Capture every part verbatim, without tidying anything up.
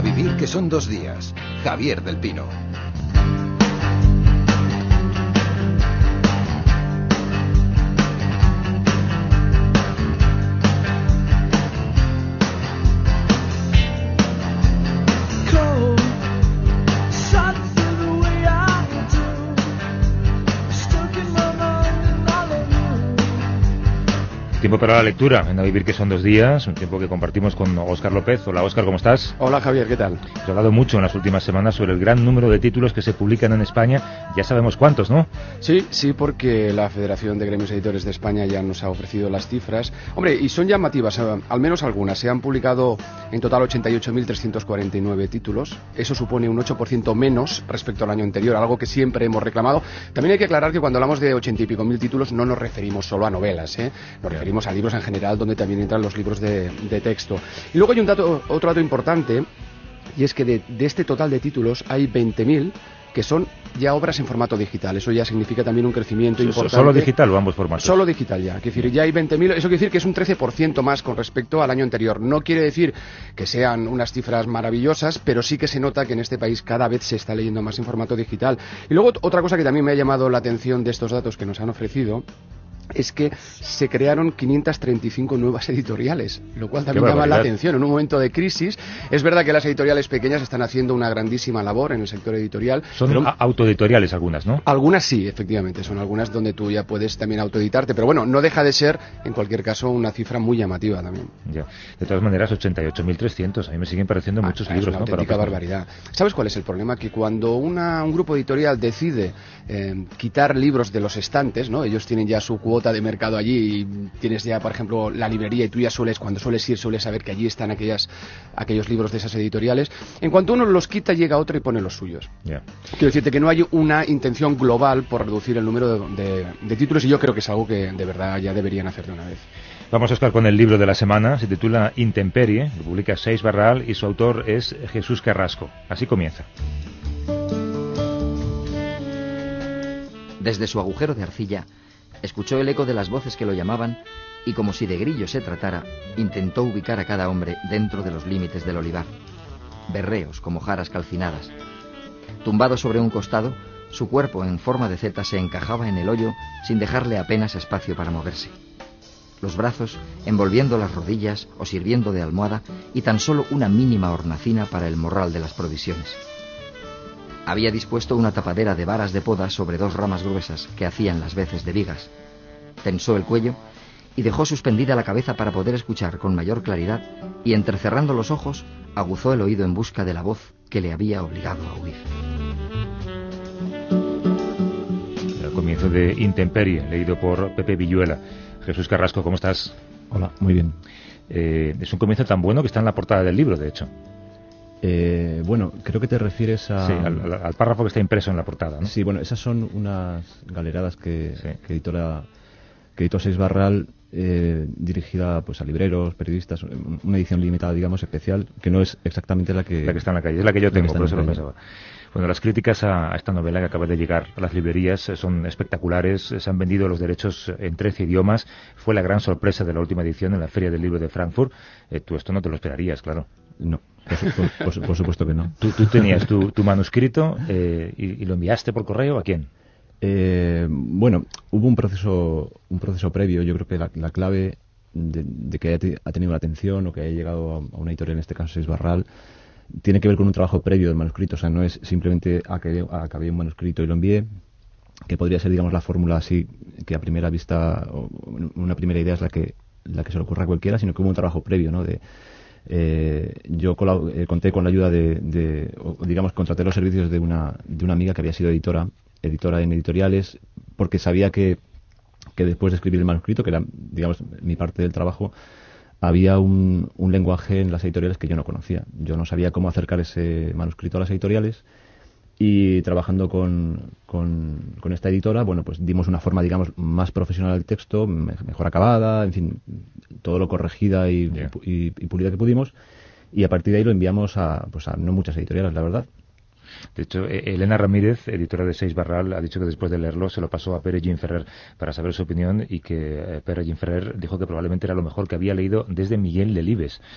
vivir que son dos días. Javier del Pino. Tiempo para la lectura, en A Vivir que son dos días, un tiempo que compartimos con Óscar López. Hola Óscar, ¿cómo estás? Hola Javier, ¿qué tal? Se ha hablado mucho en las últimas semanas sobre el gran número de títulos que se publican en España. Ya sabemos cuántos, ¿no? Sí, sí, porque la Federación de Gremios Editores de España ya nos ha ofrecido las cifras. Hombre, y son llamativas, al menos algunas. Se han publicado en total ochenta y ocho mil trescientos cuarenta y nueve títulos. Eso supone un ocho por ciento menos respecto al año anterior, algo que siempre hemos reclamado. También hay que aclarar que cuando hablamos de ochenta y pico mil títulos no nos referimos solo a novelas, ¿eh? Nos referimos a libros en general, donde también entran los libros de, de texto. Y luego hay un dato, otro dato importante, y es que de, de este total de títulos hay veinte mil que son ya obras en formato digital. Eso ya significa también un crecimiento importante. ¿Solo digital o ambos formatos? Solo digital ya. Quiere decir, ya hay veinte mil, eso quiere decir que es un trece por ciento más con respecto al año anterior. No quiere decir que sean unas cifras maravillosas, pero sí que se nota que en este país cada vez se está leyendo más en formato digital. Y luego otra cosa que también me ha llamado la atención de estos datos que nos han ofrecido es que se crearon quinientas treinta y cinco nuevas editoriales, lo cual también llama la atención en un momento de crisis. Es verdad que las editoriales pequeñas están haciendo una grandísima labor en el sector editorial. Son pero, autoeditoriales algunas, ¿no? Algunas sí, efectivamente, son algunas donde tú ya puedes también autoeditarte, pero bueno, no deja de ser, en cualquier caso, una cifra muy llamativa también. Ya. De todas maneras, ochenta y ocho mil trescientos, a mí me siguen pareciendo ah, muchos es libros, una ¿no? auténtica Para barbaridad. ¿Sabes cuál es el problema? Que cuando una, un grupo editorial decide eh, quitar libros de los estantes, ¿no? Ellos tienen ya su cuota de mercado allí y tienes ya, por ejemplo, la librería y tú ya sueles, cuando sueles ir, sueles saber que allí están aquellas, aquellos libros de esas editoriales. En cuanto uno los quita, llega otro y pone los suyos. Yeah. Quiero decirte que no hay una intención global por reducir el número de, de, de títulos y yo creo que es algo que de verdad ya deberían hacer de una vez. Vamos a estar con el libro de la semana, se titula Intemperie, lo publica Seix Barral y su autor es Jesús Carrasco. Así comienza. Desde su agujero de arcilla escuchó el eco de las voces que lo llamaban y, como si de grillo se tratara, intentó ubicar a cada hombre dentro de los límites del olivar. Berreos como jaras calcinadas. Tumbado sobre un costado, su cuerpo en forma de zeta se encajaba en el hoyo sin dejarle apenas espacio para moverse. Los brazos envolviendo las rodillas o sirviendo de almohada y tan solo una mínima hornacina para el morral de las provisiones. Había dispuesto una tapadera de varas de poda sobre dos ramas gruesas que hacían las veces de vigas. Tensó el cuello y dejó suspendida la cabeza para poder escuchar con mayor claridad y, entrecerrando los ojos, aguzó el oído en busca de la voz que le había obligado a huir. El comienzo de Intemperie, leído por Pepe Villuela. Jesús Carrasco, ¿cómo estás? Hola, muy bien. Eh, es un comienzo tan bueno que está en la portada del libro, de hecho. Eh, bueno, creo que te refieres a... Sí, al, al párrafo que está impreso en la portada, ¿no? Sí, bueno, esas son unas galeradas que, sí. que editora que editó Seix Barral, eh, dirigida pues a libreros, periodistas, una edición limitada, digamos, especial, que no es exactamente la que... La que está en la calle, es la que yo tengo, por eso lo pensaba. Bueno, las críticas a, a esta novela que acaba de llegar a las librerías son espectaculares, se han vendido los derechos en trece idiomas, fue la gran sorpresa de la última edición en la Feria del Libro de Frankfurt. Eh, tú esto no te lo esperarías, claro. No. Por, por, por supuesto que no. ¿Tú, tú tenías tu, tu manuscrito eh, y, y lo enviaste por correo a quién? Eh, bueno, hubo un proceso un proceso previo. Yo creo que la, la clave de, de que haya ha tenido la atención o que haya llegado a, a una editorial, en este caso Seix Barral, tiene que ver con un trabajo previo del manuscrito. O sea, no es simplemente acabé, acabé un manuscrito y lo envié, que podría ser, digamos, la fórmula así que a primera vista, o una primera idea es la que la que se le ocurra a cualquiera, sino que hubo un trabajo previo, ¿no? De Eh, yo eh, conté con la ayuda de, de o, digamos, contraté los servicios de una de una amiga que había sido editora editora en editoriales, porque sabía que, que después de escribir el manuscrito, que era, digamos, mi parte del trabajo, había un, un lenguaje en las editoriales que yo no conocía. Yo no sabía cómo acercar ese manuscrito a las editoriales, y trabajando con, con, con esta editora, bueno, pues dimos una forma, digamos, más profesional al texto, mejor acabada, en fin, todo lo corregida y, yeah. y, y pulida que pudimos, y a partir de ahí lo enviamos a, pues a no muchas editoriales, la verdad. De hecho, Elena Ramírez, editora de Seix Barral, ha dicho que después de leerlo se lo pasó a Pere Gimferrer para saber su opinión, y que Pere Gimferrer dijo que probablemente era lo mejor que había leído desde Miguel Delibes.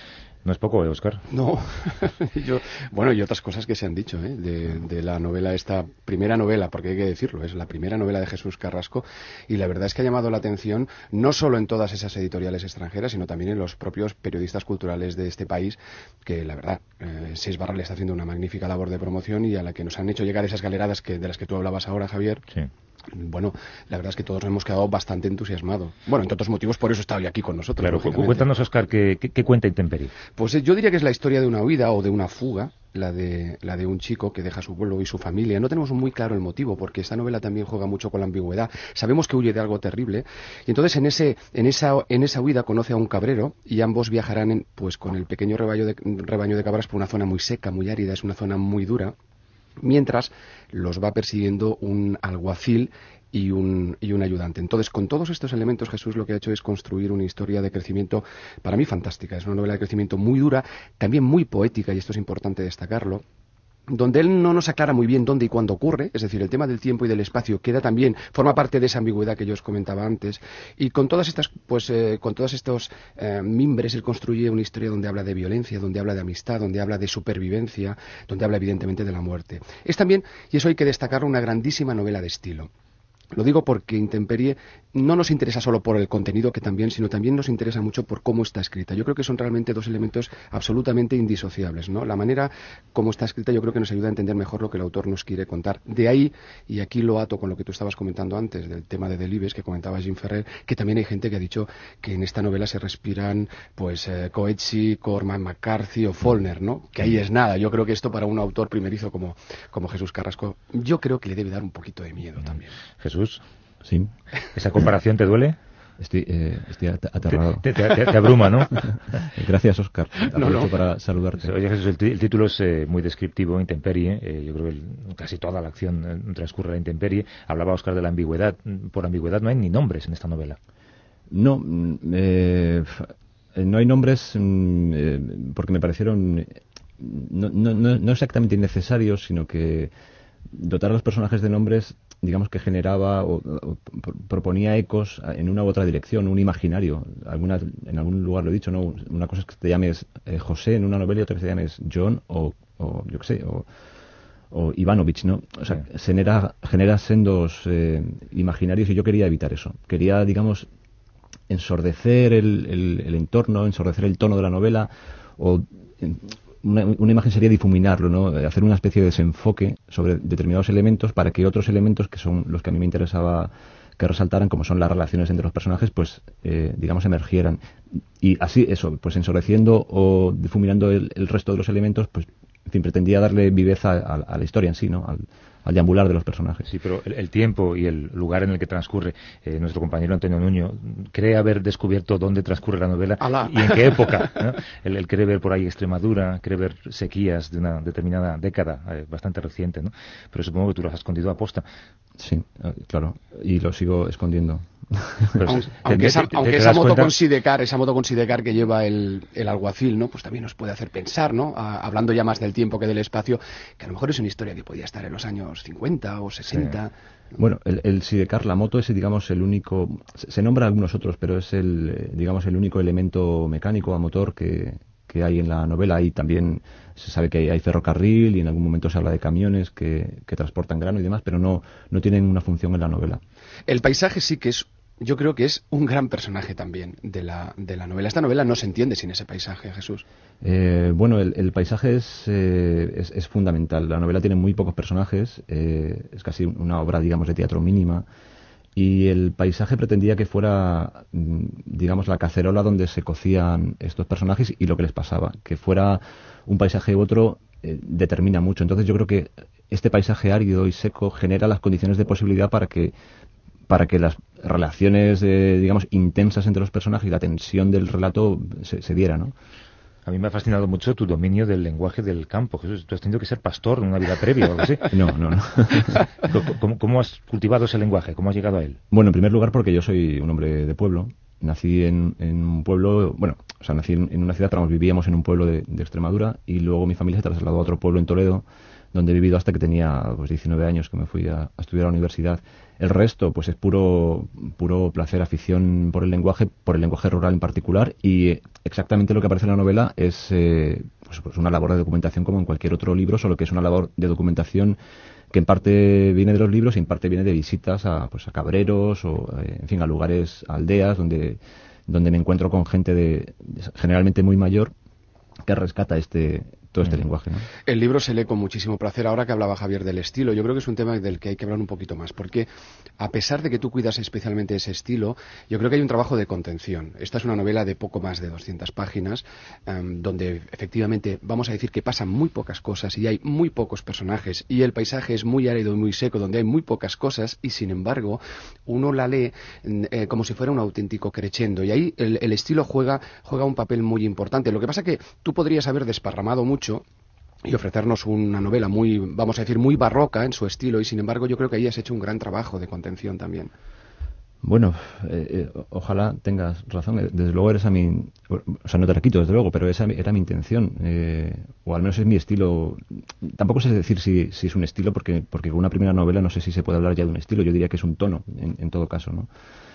No es poco, ¿eh, Óscar? No, yo, bueno, y otras cosas que se han dicho, ¿eh? de, de la novela, esta primera novela, porque hay que decirlo, es la primera novela de Jesús Carrasco, y la verdad es que ha llamado la atención no solo en todas esas editoriales extranjeras, sino también en los propios periodistas culturales de este país, que la verdad, eh, Seis Barral está haciendo una magnífica labor de promoción y a la que nos han hecho llegar esas galeradas que, de las que tú hablabas ahora, Javier. Sí. Bueno, la verdad es que todos nos hemos quedado bastante entusiasmados. Bueno, entre otros motivos, por eso está hoy aquí con nosotros. Claro, cuéntanos, Óscar, ¿qué, qué, qué cuenta Intemperie? Pues eh, yo diría que es la historia de una huida o de una fuga, la de, la de un chico que deja su pueblo y su familia. No tenemos muy claro el motivo, porque esta novela también juega mucho con la ambigüedad. Sabemos que huye de algo terrible, y entonces en, ese, en, esa, en esa huida conoce a un cabrero, y ambos viajarán en, pues con el pequeño rebaño de, rebaño de cabras por una zona muy seca, muy árida, es una zona muy dura, mientras los va persiguiendo un alguacil y un, y un ayudante. Entonces, con todos estos elementos, Jesús lo que ha hecho es construir una historia de crecimiento, para mí fantástica. Es una novela de crecimiento muy dura, también muy poética, y esto es importante destacarlo, donde él no nos aclara muy bien dónde y cuándo ocurre, es decir, el tema del tiempo y del espacio queda también, forma parte de esa ambigüedad que yo os comentaba antes, y con todas estas, pues, eh, con todos estos eh, mimbres, él construye una historia donde habla de violencia, donde habla de amistad, donde habla de supervivencia, donde habla evidentemente de la muerte. Es también, y eso hay que destacarlo, una grandísima novela de estilo. Lo digo porque Intemperie no nos interesa solo por el contenido, que también, sino también nos interesa mucho por cómo está escrita. Yo creo que son realmente dos elementos absolutamente indisociables, ¿no? La manera como está escrita yo creo que nos ayuda a entender mejor lo que el autor nos quiere contar. De ahí, y aquí lo ato con lo que tú estabas comentando antes, del tema de Delibes, que comentaba Jim Ferrer, que también hay gente que ha dicho que en esta novela se respiran, pues, eh, Coetzee, Cormac McCarthy o Faulkner, ¿no? Que ahí es nada. Yo creo que esto para un autor primerizo como, como Jesús Carrasco, yo creo que le debe dar un poquito de miedo también. Jesús. Sí. ¿Esa comparación te duele? Estoy, eh, estoy aterrado. Te, te, te, te abruma, ¿no? Gracias, Óscar. Aprovecho no, no. para saludarte. Oye, Jesús, el, el título es eh, muy descriptivo, Intemperie. Eh, yo creo que el, casi toda la acción eh, transcurre a la intemperie. Hablaba Óscar de la ambigüedad. Por ambigüedad no hay ni nombres en esta novela. No, eh, no hay nombres eh, porque me parecieron no, no, no exactamente innecesarios, sino que dotar a los personajes de nombres, digamos que generaba o, o proponía ecos en una u otra dirección, un imaginario. Alguna, en algún lugar lo he dicho, ¿no? Una cosa es que te llames eh, José en una novela y otra que te llames John o, o yo qué sé, o, o Ivanovich, ¿no? O sea, sí. genera, genera sendos eh, imaginarios, y yo quería evitar eso. Quería, digamos, ensordecer el, el, el entorno, ensordecer el tono de la novela, o una, una imagen sería difuminarlo, ¿no? Hacer una especie de desenfoque sobre determinados elementos para que otros elementos, que son los que a mí me interesaba que resaltaran, como son las relaciones entre los personajes, pues eh, digamos emergieran. Y así, eso, pues ensordeciendo o difuminando el, el resto de los elementos, pues en fin, pretendía darle viveza a, a la historia en sí, ¿no? Al, al deambular de los personajes. Sí, pero el, el tiempo y el lugar en el que transcurre, eh, nuestro compañero Antonio Nuño cree haber descubierto dónde transcurre la novela ¡Alá! Y en qué época, ¿no? Él, él cree ver por ahí Extremadura, cree ver sequías de una determinada década, eh, bastante reciente, ¿no? Pero supongo que tú lo has escondido a posta. Sí, claro, y lo sigo escondiendo. Pero, aunque, aunque esa, te, te, aunque te esa moto con Sidecar, esa moto con Sidecar que lleva el, el alguacil, ¿no? Pues también nos puede hacer pensar, ¿no? A, hablando ya más del tiempo que del espacio, que a lo mejor es una historia que podía estar en los años cincuenta o sesenta. Sí. Bueno, el, el Sidecar, la moto, es, digamos, el único, se, se nombra algunos otros, pero es el, digamos, el único elemento mecánico a motor que, que hay en la novela. Y también se sabe que hay, hay ferrocarril, y en algún momento se habla de camiones que, que transportan grano y demás, pero no, no tienen una función en la novela. El paisaje sí que es, yo creo que es un gran personaje también de la, de la novela. Esta novela no se entiende sin ese paisaje, Jesús. Eh, bueno, el, el paisaje es, eh, es, es fundamental. La novela tiene muy pocos personajes, eh, es casi una obra, digamos, de teatro mínima, y el paisaje pretendía que fuera, digamos, la cacerola donde se cocían estos personajes y lo que les pasaba. Que fuera un paisaje u otro eh, determina mucho. Entonces yo creo que este paisaje árido y seco genera las condiciones de posibilidad para que para que las relaciones, eh, digamos, intensas entre los personajes y la tensión del relato se, se diera, ¿no? A mí me ha fascinado mucho tu dominio del lenguaje del campo, Jesús. Tú has tenido que ser pastor en una vida previa o algo así. No, no, no. ¿Cómo, ¿Cómo has cultivado ese lenguaje? ¿Cómo has llegado a él? Bueno, en primer lugar porque yo soy un hombre de pueblo. Nací en, en un pueblo, bueno, o sea, nací en, en una ciudad, pero vamos, vivíamos en un pueblo de, de Extremadura, y luego mi familia se trasladó a otro pueblo en Toledo, donde he vivido hasta que tenía pues diecinueve años, que me fui a, a estudiar a la universidad. El resto, pues es puro, puro placer, afición por el lenguaje, por el lenguaje rural en particular, y exactamente lo que aparece en la novela es eh, pues, pues una labor de documentación como en cualquier otro libro, solo que es una labor de documentación que en parte viene de los libros y en parte viene de visitas a, pues, a cabreros o, eh, en fin, a lugares, a aldeas donde, donde me encuentro con gente de generalmente muy mayor que rescata este todo este mm. lenguaje, ¿no? El libro se lee con muchísimo placer. Ahora que hablaba Javier del estilo, yo creo que es un tema del que hay que hablar un poquito más, porque a pesar de que tú cuidas especialmente ese estilo, yo creo que hay un trabajo de contención. Esta es una novela de poco más de doscientas páginas, um, donde efectivamente vamos a decir que pasan muy pocas cosas y hay muy pocos personajes, y el paisaje es muy árido y muy seco, donde hay muy pocas cosas, y sin embargo uno la lee eh, como si fuera un auténtico crescendo, y ahí el, el estilo juega, juega un papel muy importante. Lo que pasa que tú podrías haber desparramado mucho y ofrecernos una novela muy, vamos a decir, muy barroca en su estilo, y sin embargo yo creo que ahí has hecho un gran trabajo de contención también. Bueno, eh, eh, ojalá tengas razón. Desde luego eres a mi... O sea, no te la quito, desde luego, pero esa era mi intención. Eh, o al menos es mi estilo. Tampoco sé decir si, si es un estilo, porque, porque con una primera novela no sé si se puede hablar ya de un estilo. Yo diría que es un tono, en, en todo caso, ¿no?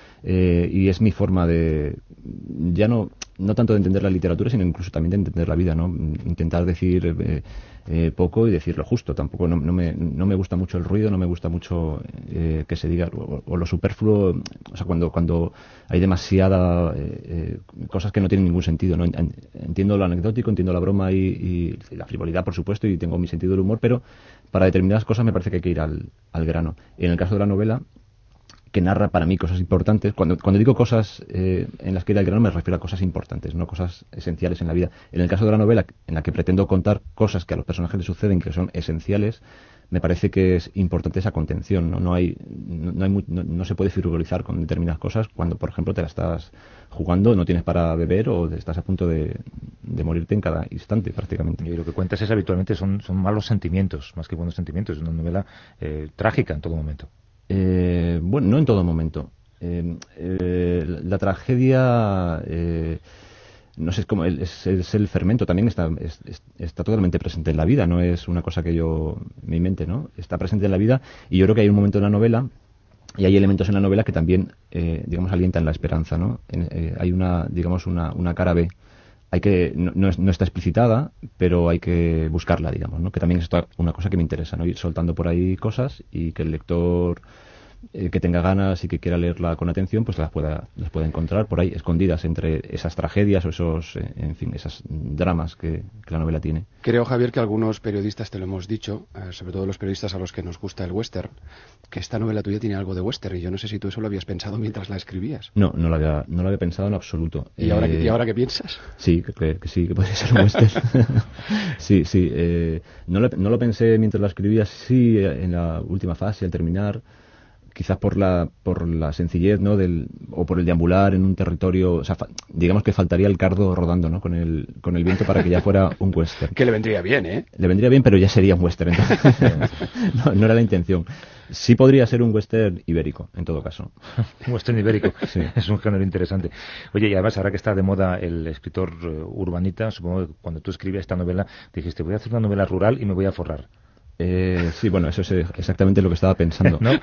Eh, y es mi forma de, ya no no tanto de entender la literatura, sino incluso también de entender la vida, ¿no? Intentar decir eh, eh, poco y decir lo justo. Tampoco no, no, me, no me gusta mucho el ruido, no me gusta mucho eh, que se diga, o, o lo superfluo, o sea, cuando cuando hay demasiada eh, eh, cosas que no tienen ningún sentido, ¿no? Entiendo lo anecdótico, entiendo la broma y, y la frivolidad, por supuesto, y tengo mi sentido del humor, pero para determinadas cosas me parece que hay que ir al, al grano. Y en el caso de la novela, que narra para mí cosas importantes. Cuando, cuando digo cosas eh, en las que ir al grano me refiero a cosas importantes, no cosas esenciales en la vida. En el caso de la novela, en la que pretendo contar cosas que a los personajes les suceden, que son esenciales, me parece que es importante esa contención. No, no, hay, no, no, hay muy, no, no se puede frivolizar con determinadas cosas cuando, por ejemplo, te la estás jugando, no tienes para beber o estás a punto de, de morirte en cada instante, prácticamente. Y lo que cuentas es habitualmente son, son malos sentimientos, más que buenos sentimientos. Es una novela eh, trágica en todo momento. Eh, bueno, no en todo momento. Eh, eh, la tragedia, eh, no sé, es como el, es, es el fermento, también está, es, es, está totalmente presente en la vida, no es una cosa que yo me invente, ¿no? Está presente en la vida, y yo creo que hay un momento en la novela, y hay elementos en la novela que también, eh, digamos, alientan la esperanza, ¿no? En, eh, hay una, digamos, una, una cara B. Hay que, no, no, no está explicitada, pero hay que buscarla, digamos, ¿no? Que también es una cosa que me interesa, ¿no? Ir soltando por ahí cosas y que el lector eh, que tenga ganas y que quiera leerla con atención, pues las pueda, las pueda encontrar por ahí, escondidas entre esas tragedias o esos, eh, en fin, esas dramas que, que la novela tiene. Creo, Javier, que algunos periodistas te lo hemos dicho, eh, sobre todo los periodistas a los que nos gusta el western, que esta novela tuya tiene algo de western, y yo no sé si tú eso lo habías pensado mientras la escribías. No, no lo había, no lo había pensado en absoluto. ¿Y, eh, ahora, ¿y ahora qué piensas? Sí, que, que, que sí, que podría ser un western. sí, sí. Eh, no, lo, no lo pensé mientras la escribía, sí, en la última fase, al terminar, quizás por la por la sencillez, ¿no? Del, o por el deambular en un territorio, o sea, fa, digamos que faltaría el cardo rodando, ¿no? Con el con el viento para que ya fuera un western. Que le vendría bien, ¿eh? Le vendría bien, pero ya sería un western, entonces. no, no era la intención. Sí podría ser un western ibérico, en todo caso. Un western ibérico, sí. Es un género interesante. Oye, y además, ahora que está de moda el escritor uh, urbanita, supongo que cuando tú escribías esta novela, dijiste, voy a hacer una novela rural y me voy a forrar. Eh, sí, bueno, eso es exactamente lo que estaba pensando. ¿No?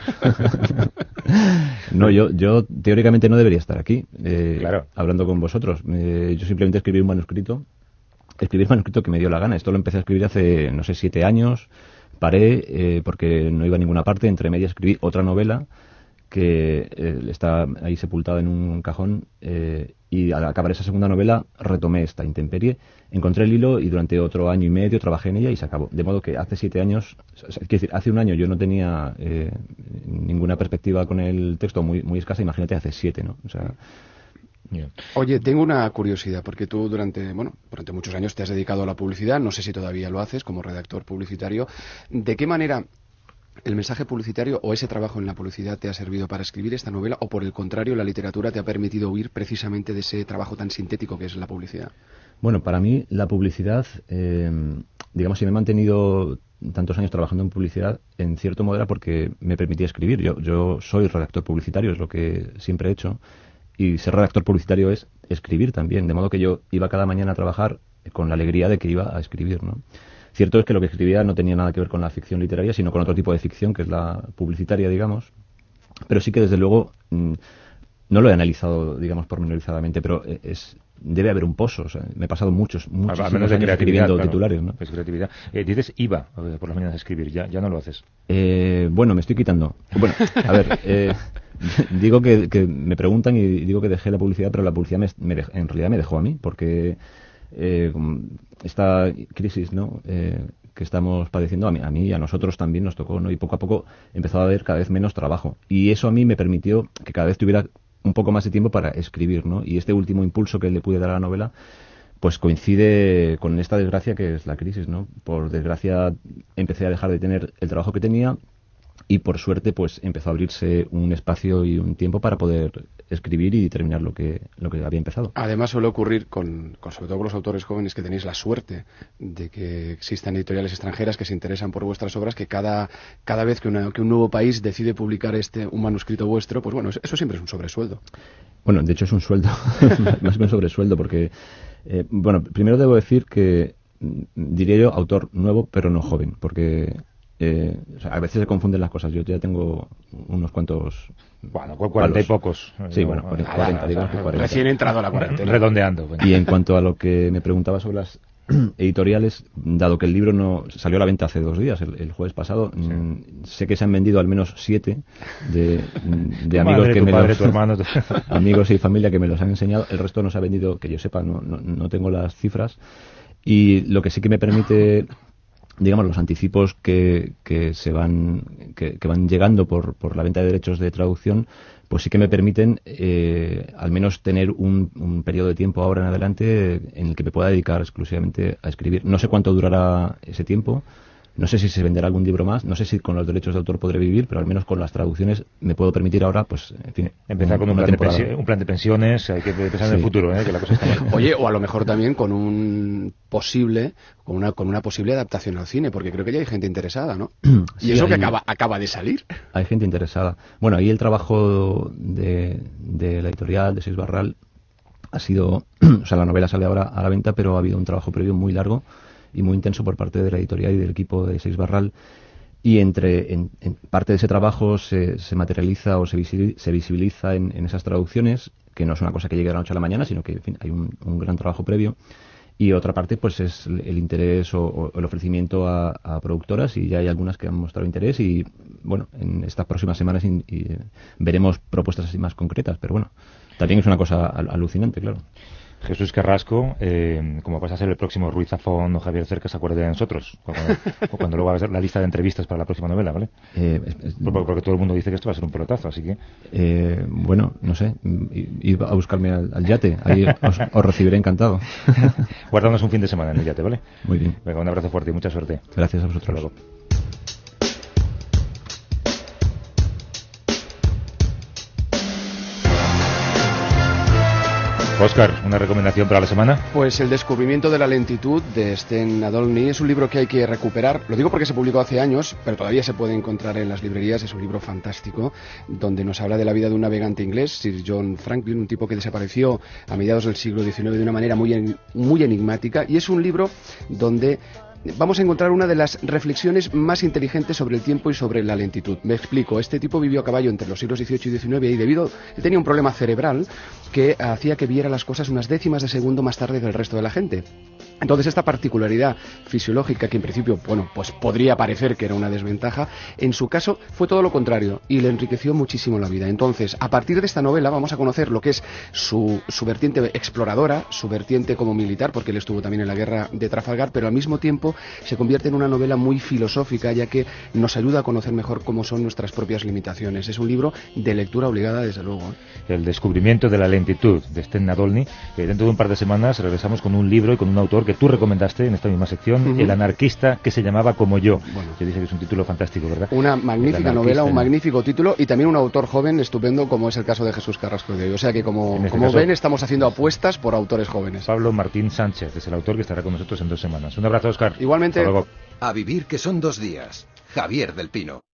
no, yo, yo teóricamente no debería estar aquí, eh, claro. hablando con vosotros. Eh, yo simplemente escribí un manuscrito, escribí el manuscrito que me dio la gana. Esto lo empecé a escribir hace, no sé, siete años. Paré eh, porque no iba a ninguna parte. Entre medias escribí otra novela que eh, está ahí sepultada en un cajón, eh, y al acabar esa segunda novela retomé esta intemperie, encontré el hilo y durante otro año y medio trabajé en ella y se acabó. De modo que hace siete años, o sea, quiero decir, hace un año yo no tenía eh, ninguna perspectiva con el texto, muy muy escasa, imagínate hace siete, ¿no? O sea... Yeah. Oye, tengo una curiosidad, porque tú durante, bueno, durante muchos años te has dedicado a la publicidad, no sé si todavía lo haces como redactor publicitario. ¿De qué manera el mensaje publicitario o ese trabajo en la publicidad te ha servido para escribir esta novela, o por el contrario la literatura te ha permitido huir precisamente de ese trabajo tan sintético que es la publicidad? Bueno, para mí la publicidad, eh, digamos, si me he mantenido tantos años trabajando en publicidad, en cierto modo era porque me permitía escribir. Yo, yo soy redactor publicitario, es lo que siempre he hecho, y ser redactor publicitario es escribir también, de modo que yo iba cada mañana a trabajar con la alegría de que iba a escribir, ¿no? Cierto es que lo que escribía no tenía nada que ver con la ficción literaria, sino con otro tipo de ficción, que es la publicitaria, digamos. Pero sí que, desde luego, mmm, no lo he analizado, digamos, pormenorizadamente, pero es... debe haber un pozo. O sea, me he pasado muchos, muchos al menos de años escribiendo claro, titulares, ¿no? Es creatividad. Eh, dices iba eh, por las mañanas a escribir, ya, ya no lo haces. Eh, bueno, me estoy quitando. Bueno, a ver, eh, digo que, que me preguntan y digo que dejé la publicidad, pero la publicidad me, me dej, en realidad me dejó a mí, porque eh, esta crisis, ¿no?, eh, que estamos padeciendo, a mí, a mí y a nosotros también nos tocó, ¿no? Y poco a poco empezó a haber cada vez menos trabajo. Y eso a mí me permitió que cada vez tuviera un poco más de tiempo para escribir, ¿no? Y este último impulso que le pude dar a la novela, pues coincide con esta desgracia que es la crisis, ¿no? Por desgracia empecé a dejar de tener el trabajo que tenía y por suerte pues empezó a abrirse un espacio y un tiempo para poder escribir y terminar lo que lo que había empezado. Además suele ocurrir con, con sobre todo con los autores jóvenes, que tenéis la suerte de que existan editoriales extranjeras que se interesan por vuestras obras, que cada cada vez que, una, que un nuevo país decide publicar este un manuscrito vuestro, pues bueno, eso siempre es un sobresueldo. Bueno, de hecho es un sueldo, más que un sobresueldo, porque eh, bueno, primero debo decir que diría yo autor nuevo pero no joven, porque Eh, o sea, a veces se confunden las cosas. Yo ya tengo unos cuantos... Bueno, cuarenta y pocos. Sí, bueno, cuarenta, cuarenta, digamos que cuarenta. Recién entrado a la cuarentena. Redondeando. Bueno. Y en cuanto a lo que me preguntaba sobre las editoriales, dado que el libro no salió a la venta hace dos días, el, el jueves pasado, sí. mmm, sé que se han vendido al menos siete de, de amigos madre, que tu me padre, los... tu hermano, tu... amigos y familia que me los han enseñado. El resto no se ha vendido, que yo sepa, no, no, no tengo las cifras. Y lo que sí que me permite... digamos, los anticipos que, que se van que, que van llegando por, por la venta de derechos de traducción, pues sí que me permiten eh, al menos tener un, un periodo de tiempo ahora en adelante en el que me pueda dedicar exclusivamente a escribir. No sé cuánto durará ese tiempo, no sé si se venderá algún libro más, no sé si con los derechos de autor podré vivir, pero al menos con las traducciones me puedo permitir ahora, pues, en fin... Empezar con un plan, de un plan de pensiones, hay que pensar sí. en el futuro, ¿eh? Que la cosa está mal. Oye, o a lo mejor también con un posible, con una, con una posible adaptación al cine, porque creo que ya hay gente interesada, ¿no? Sí, y eso hay, que acaba, acaba de salir. Hay gente interesada. Bueno, ahí el trabajo de, de la editorial, de Seix Barral, ha sido... o sea, la novela sale ahora a la venta, pero ha habido un trabajo previo muy largo y muy intenso por parte de la editorial y del equipo de Seix Barral, y entre en, en parte de ese trabajo se, se materializa o se visibiliza, se visibiliza en, en esas traducciones, que no es una cosa que llegue de la noche a la mañana, sino que en fin, hay un, un gran trabajo previo, y otra parte pues es el interés o, o el ofrecimiento a, a productoras, y ya hay algunas que han mostrado interés, y bueno, en estas próximas semanas y, y veremos propuestas así más concretas, pero bueno, también es una cosa al, alucinante, claro. Jesús Carrasco, eh, como vas a ser el próximo Ruiz Zafón o Javier Cercas, acuérdate de nosotros, cuando, cuando luego hagas la lista de entrevistas para la próxima novela, ¿vale? Eh, es, es, porque, porque todo el mundo dice que esto va a ser un pelotazo, así que... Eh, bueno, no sé, ir a buscarme al, al yate, ahí os, os recibiré encantado. Guardamos un fin de semana en el yate, ¿vale? Muy bien. Venga, un abrazo fuerte y mucha suerte. Gracias a vosotros. Hasta luego. Óscar, ¿una recomendación para la semana? Pues El descubrimiento de la lentitud de Sten Nadolny es un libro que hay que recuperar. Lo digo porque se publicó hace años, pero todavía se puede encontrar en las librerías. Es un libro fantástico donde nos habla de la vida de un navegante inglés, Sir John Franklin, un tipo que desapareció a mediados del siglo diecinueve de una manera muy, muy enigmática. Y es un libro donde vamos a encontrar una de las reflexiones más inteligentes sobre el tiempo y sobre la lentitud. Me explico. Este tipo vivió a caballo entre los siglos dieciocho y diecinueve y debido él tenía un problema cerebral que hacía que viera las cosas unas décimas de segundo más tarde que el resto de la gente. Entonces esta particularidad fisiológica, que en principio, bueno, pues podría parecer que era una desventaja, en su caso fue todo lo contrario y le enriqueció muchísimo la vida. Entonces, a partir de esta novela vamos a conocer lo que es su, su vertiente exploradora, su vertiente como militar, porque él estuvo también en la guerra de Trafalgar, pero al mismo tiempo se convierte en una novela muy filosófica, ya que nos ayuda a conocer mejor cómo son nuestras propias limitaciones. Es un libro de lectura obligada, desde luego. El descubrimiento de la lentitud, de Sten Nadolny. Eh, dentro de un par de semanas regresamos con un libro y con un autor que tú recomendaste en esta misma sección, uh-huh. El anarquista que se llamaba Como yo. Bueno, yo dije que es un título fantástico, ¿verdad? Una magnífica novela, un magnífico título, y también un autor joven estupendo, como es el caso de Jesús Carrasco de hoy. O sea que, como, este como caso, ven, estamos haciendo apuestas por autores jóvenes. Pablo Martín Sánchez es el autor que estará con nosotros en dos semanas. Un abrazo, Óscar. Igualmente. A vivir que son dos días. Javier del Pino.